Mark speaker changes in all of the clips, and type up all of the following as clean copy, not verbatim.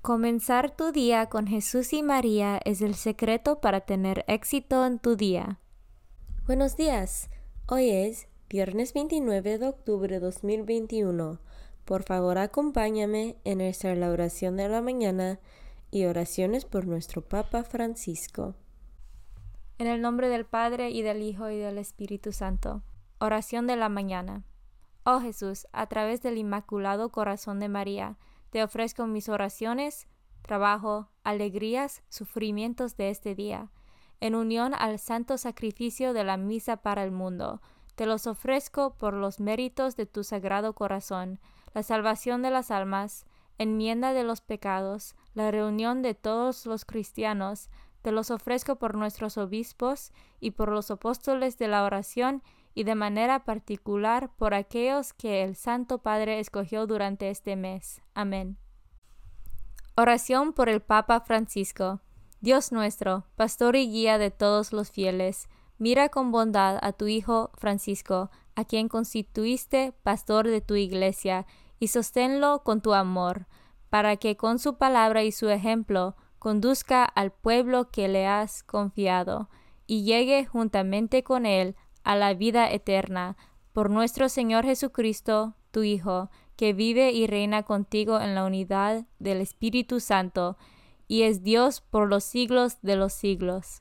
Speaker 1: Comenzar tu día con Jesús y María es el secreto para tener éxito en tu día.
Speaker 2: Buenos días. Hoy es viernes 29 de octubre de 2021. Por favor, acompáñame en la oración de la mañana y oraciones por nuestro Papa Francisco.
Speaker 1: En el nombre del Padre, y del Hijo, y del Espíritu Santo. Oración de la mañana. Oh Jesús, a través del Inmaculado Corazón de María, te ofrezco mis oraciones, trabajo, alegrías, sufrimientos de este día. En unión al santo sacrificio de la misa para el mundo, te los ofrezco por los méritos de tu Sagrado Corazón, la salvación de las almas, enmienda de los pecados, la reunión de todos los cristianos. Te los ofrezco por nuestros obispos y por los apóstoles de la oración, y de manera particular por aquellos que el Santo Padre escogió durante este mes. Amén. Oración por el Papa Francisco. Dios nuestro, pastor y guía de todos los fieles, mira con bondad a tu Hijo Francisco, a quien constituiste pastor de tu Iglesia, y sosténlo con tu amor, para que con su palabra y su ejemplo conduzca al pueblo que le has confiado, y llegue juntamente con él a la vida eterna, por nuestro Señor Jesucristo, tu Hijo, que vive y reina contigo en la unidad del Espíritu Santo, y es Dios por los siglos de los siglos.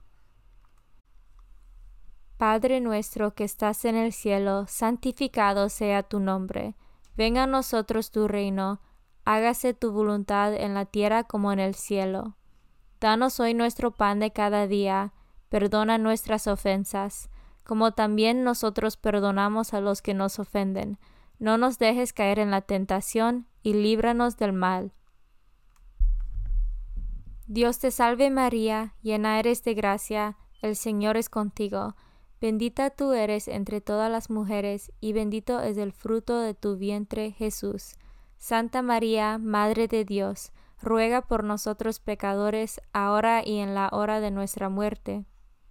Speaker 1: Padre nuestro que estás en el cielo, santificado sea tu nombre. Venga a nosotros tu reino, hágase tu voluntad en la tierra como en el cielo. Danos hoy nuestro pan de cada día, perdona nuestras ofensas, como también nosotros perdonamos a los que nos ofenden. No nos dejes caer en la tentación, y líbranos del mal. Dios te salve María, llena eres de gracia, el Señor es contigo. Bendita tú eres entre todas las mujeres, y bendito es el fruto de tu vientre, Jesús. Santa María, Madre de Dios, ruega por nosotros pecadores, ahora y en la hora de nuestra muerte.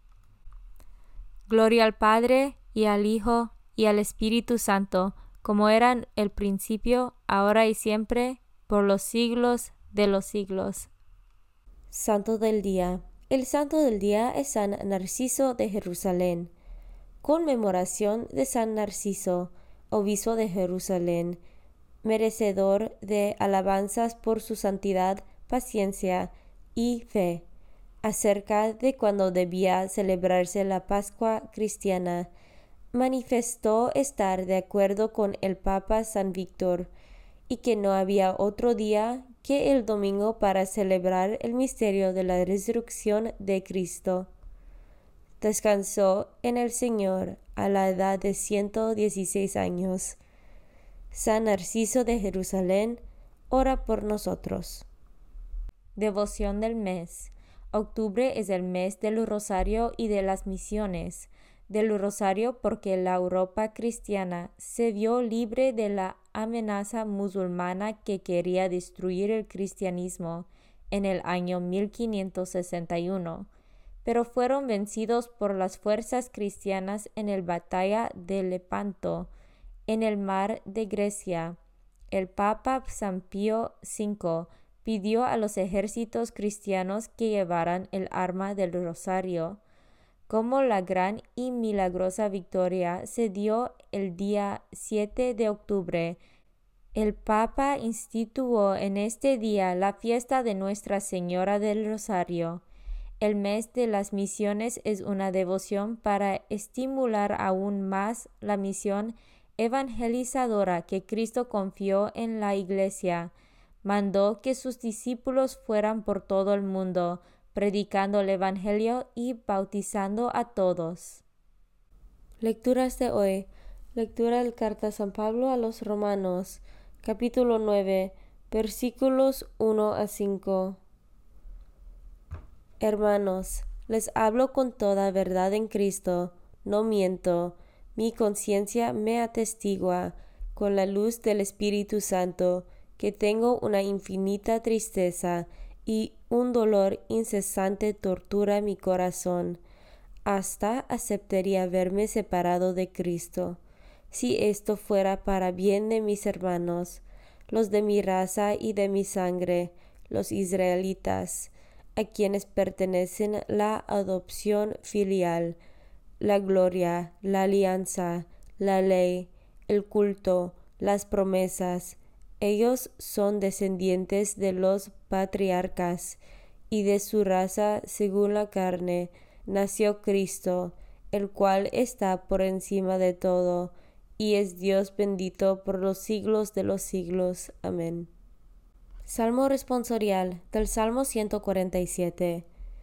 Speaker 1: Gloria al Padre, y al Hijo, y al Espíritu Santo, como era en el principio, ahora y siempre, por los siglos de los siglos.
Speaker 2: Santo del Día. El Santo del Día es San Narciso de Jerusalén. Conmemoración de San Narciso, obispo de Jerusalén, merecedor de alabanzas por su santidad, paciencia y fe. Acerca de cuando debía celebrarse la Pascua cristiana, manifestó estar de acuerdo con el Papa San Víctor y que no había otro día que el domingo para celebrar el misterio de la resurrección de Cristo. Descansó en el Señor a la edad de 116 años. San Narciso de Jerusalén, ora por nosotros.
Speaker 1: Devoción del mes. Octubre es el mes del Rosario y de las misiones. Del Rosario porque la Europa cristiana se vio libre de la amenaza musulmana que quería destruir el cristianismo en el año 1561, pero fueron vencidos por las fuerzas cristianas en la batalla de Lepanto, en el mar de Grecia. El Papa San Pío V pidió a los ejércitos cristianos que llevaran el arma del Rosario. Como la gran y milagrosa victoria se dio el día 7 de octubre, el Papa instituyó en este día la fiesta de Nuestra Señora del Rosario. El mes de las misiones es una devoción para estimular aún más la misión evangelizadora que Cristo confió en la Iglesia. Mandó que sus discípulos fueran por todo el mundo, predicando el Evangelio y bautizando a todos.
Speaker 2: Lecturas de hoy. Lectura del Carta San Pablo a los Romanos, capítulo 9, versículos 1 a 5. Hermanos, les hablo con toda verdad en Cristo, no miento. Mi conciencia me atestigua, con la luz del Espíritu Santo, que tengo una infinita tristeza y un dolor incesante tortura mi corazón. Hasta aceptaría verme separado de Cristo, si esto fuera para bien de mis hermanos, los de mi raza y de mi sangre, los israelitas, a quienes pertenecen la adopción filial, la gloria, la alianza, la ley, el culto, las promesas. Ellos son descendientes de los patriarcas, y de su raza, según la carne, nació Cristo, el cual está por encima de todo, y es Dios bendito por los siglos de los siglos. Amén. Salmo responsorial del Salmo 147.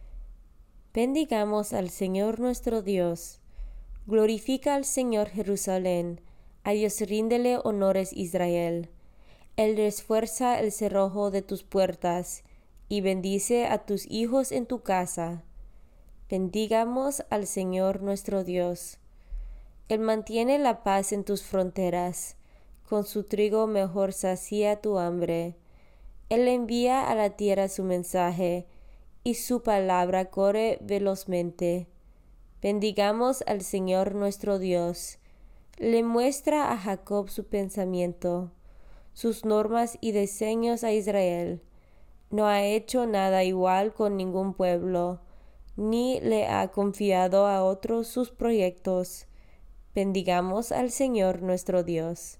Speaker 2: Bendigamos al Señor nuestro Dios. Glorifica al Señor Jerusalén. A Dios ríndele honores Israel. Él refuerza el cerrojo de tus puertas, y bendice a tus hijos en tu casa. Bendigamos al Señor nuestro Dios. Él mantiene la paz en tus fronteras. Con su trigo mejor sacía tu hambre. Él envía a la tierra su mensaje, y su palabra corre velozmente. Bendigamos al Señor nuestro Dios. Le muestra a Jacob su pensamiento, sus normas y diseños a Israel. No ha hecho nada igual con ningún pueblo, ni le ha confiado a otros sus proyectos. Bendigamos al Señor nuestro Dios.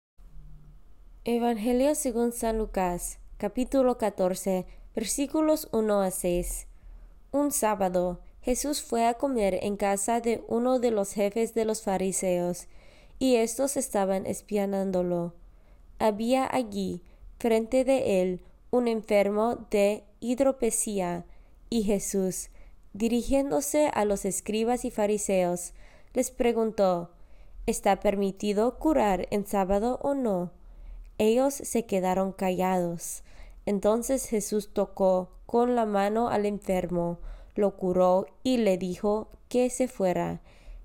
Speaker 2: Evangelio según San Lucas, capítulo 14, versículos 1 a 6. Un sábado, Jesús fue a comer en casa de uno de los jefes de los fariseos, y éstos estaban espiándolo. Había allí, frente de él, un enfermo de hidropesía, y Jesús, dirigiéndose a los escribas y fariseos, les preguntó: ¿Está permitido curar en sábado o no? Ellos se quedaron callados. Entonces Jesús tocó con la mano al enfermo, lo curó y le dijo que se fuera.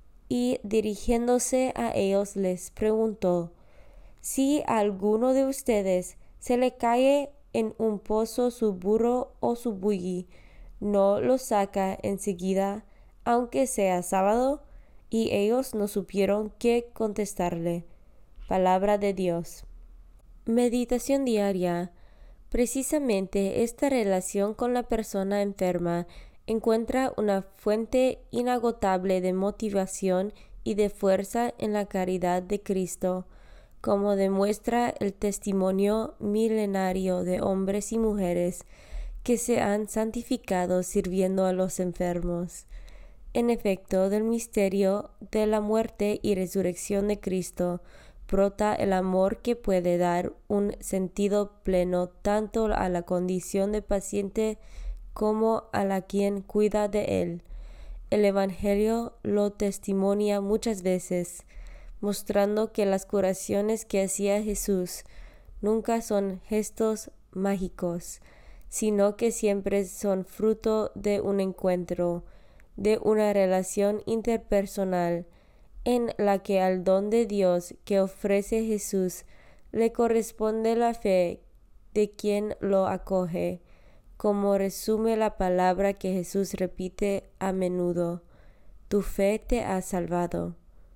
Speaker 2: Y dirigiéndose a ellos les preguntó: si a alguno de ustedes se le cae en un pozo su burro o su buey, ¿no lo saca enseguida, aunque sea sábado? Y ellos no supieron qué contestarle. Palabra de Dios. Meditación diaria. Precisamente esta relación con la persona enferma encuentra una fuente inagotable de motivación y de fuerza en la caridad de Cristo, como demuestra el testimonio milenario de hombres y mujeres que se han santificado sirviendo a los enfermos. En efecto, del misterio de la muerte y resurrección de Cristo brota el amor que puede dar un sentido pleno tanto a la condición de paciente como a la quien cuida de él. El Evangelio lo testimonia muchas veces, mostrando que las curaciones que hacía Jesús nunca son gestos mágicos, sino que siempre son fruto de un encuentro, de una relación interpersonal, en la que al don de Dios que ofrece Jesús le corresponde la fe de quien lo acoge, como resume la palabra que Jesús repite a menudo: tu fe te ha salvado.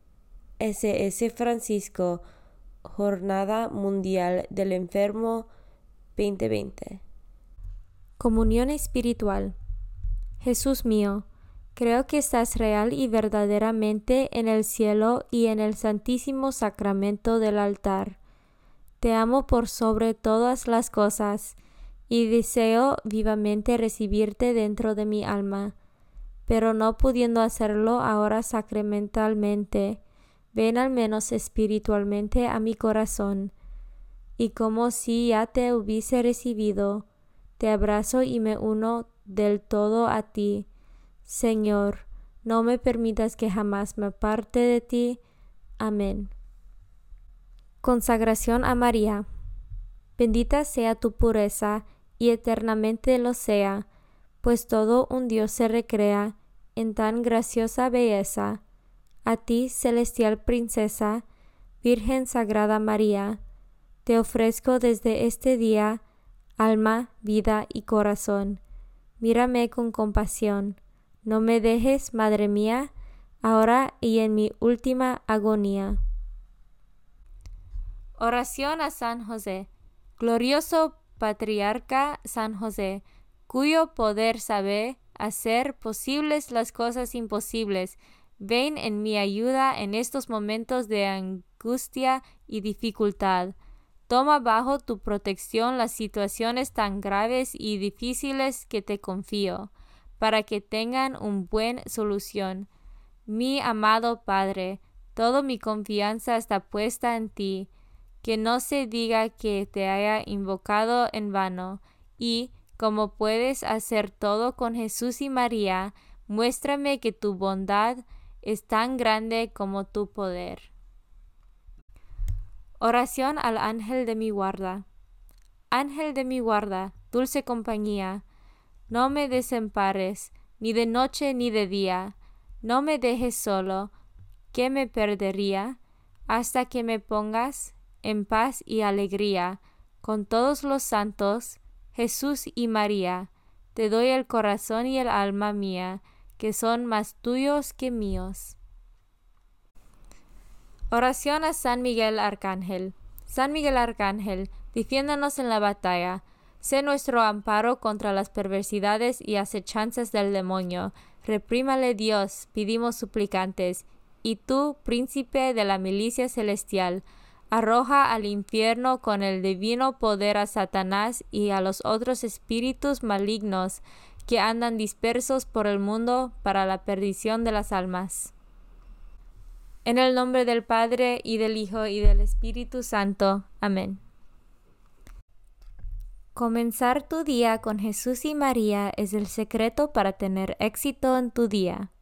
Speaker 2: S.S. Francisco, Jornada Mundial del Enfermo 2020.
Speaker 1: Comunión espiritual. Jesús mío, creo que estás real y verdaderamente en el cielo y en el santísimo sacramento del altar. Te amo por sobre todas las cosas y deseo vivamente recibirte dentro de mi alma, pero no pudiendo hacerlo ahora sacramentalmente, ven al menos espiritualmente a mi corazón, y como si ya te hubiese recibido, te abrazo y me uno del todo a ti. Señor, no me permitas que jamás me aparte de ti. Amén. Consagración a María. Bendita sea tu pureza y eternamente lo sea, pues todo un Dios se recrea en tan graciosa belleza. A ti, celestial princesa, Virgen Sagrada María, te ofrezco desde este día alma, vida y corazón. Mírame con compasión. No me dejes, Madre mía, ahora y en mi última agonía. Oración a San José. Glorioso patriarca San José, cuyo poder sabe hacer posibles las cosas imposibles, ven en mi ayuda en estos momentos de angustia y dificultad. Toma bajo tu protección las situaciones tan graves y difíciles que te confío, para que tengan una buena solución. Mi amado Padre, toda mi confianza está puesta en ti. Que no se diga que te haya invocado en vano, y, como puedes hacer todo con Jesús y María, muéstrame que tu bondad es tan grande como tu poder. Oración al ángel de mi guarda. Ángel de mi guarda, dulce compañía, no me desampares, ni de noche ni de día, no me dejes solo, que me perdería, hasta que me pongas en paz y alegría, con todos los santos, Jesús y María. Te doy el corazón y el alma mía, que son más tuyos que míos. Oración a San Miguel Arcángel. San Miguel Arcángel, defiéndonos en la batalla. Sé nuestro amparo contra las perversidades y acechanzas del demonio. Reprímale Dios, pedimos suplicantes. Y tú, príncipe de la milicia celestial, arroja al infierno con el divino poder a Satanás y a los otros espíritus malignos que andan dispersos por el mundo para la perdición de las almas. En el nombre del Padre, y del Hijo, y del Espíritu Santo. Amén. Comenzar tu día con Jesús y María es el secreto para tener éxito en tu día.